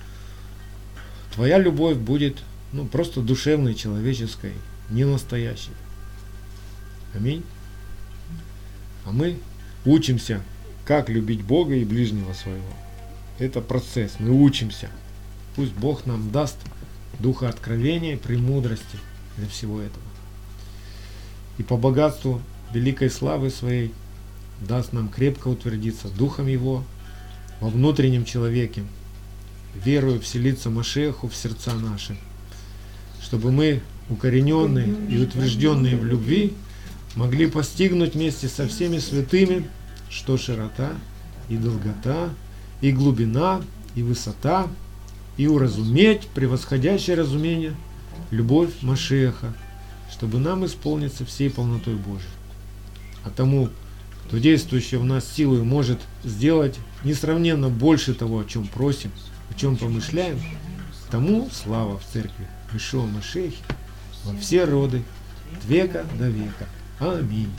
твоя любовь будет ну, просто душевной, человеческой, не настоящей. Аминь. А мы учимся, как любить Бога и ближнего своего. Это процесс, мы учимся. Пусть Бог нам даст духа откровения и премудрости для всего этого. И по богатству великой славы своей даст нам крепко утвердиться Духом Его во внутреннем человеке, верою вселиться Машеху в сердца наши, чтобы мы, укорененные и утвержденные в любви, могли постигнуть вместе со всеми святыми, что широта и долгота, и глубина, и высота, и уразуметь превосходящее разумение любовь Машеха, чтобы нам исполниться всей полнотой Божией. А тому, кто действующий в нас силой может сделать несравненно больше того, о чем просим, о чем помышляем, тому слава в церкви Ишуа Машехе во все роды, от века до века. Аминь.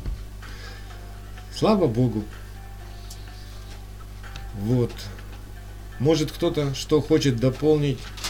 Слава Богу. Вот. Может кто-то что хочет дополнить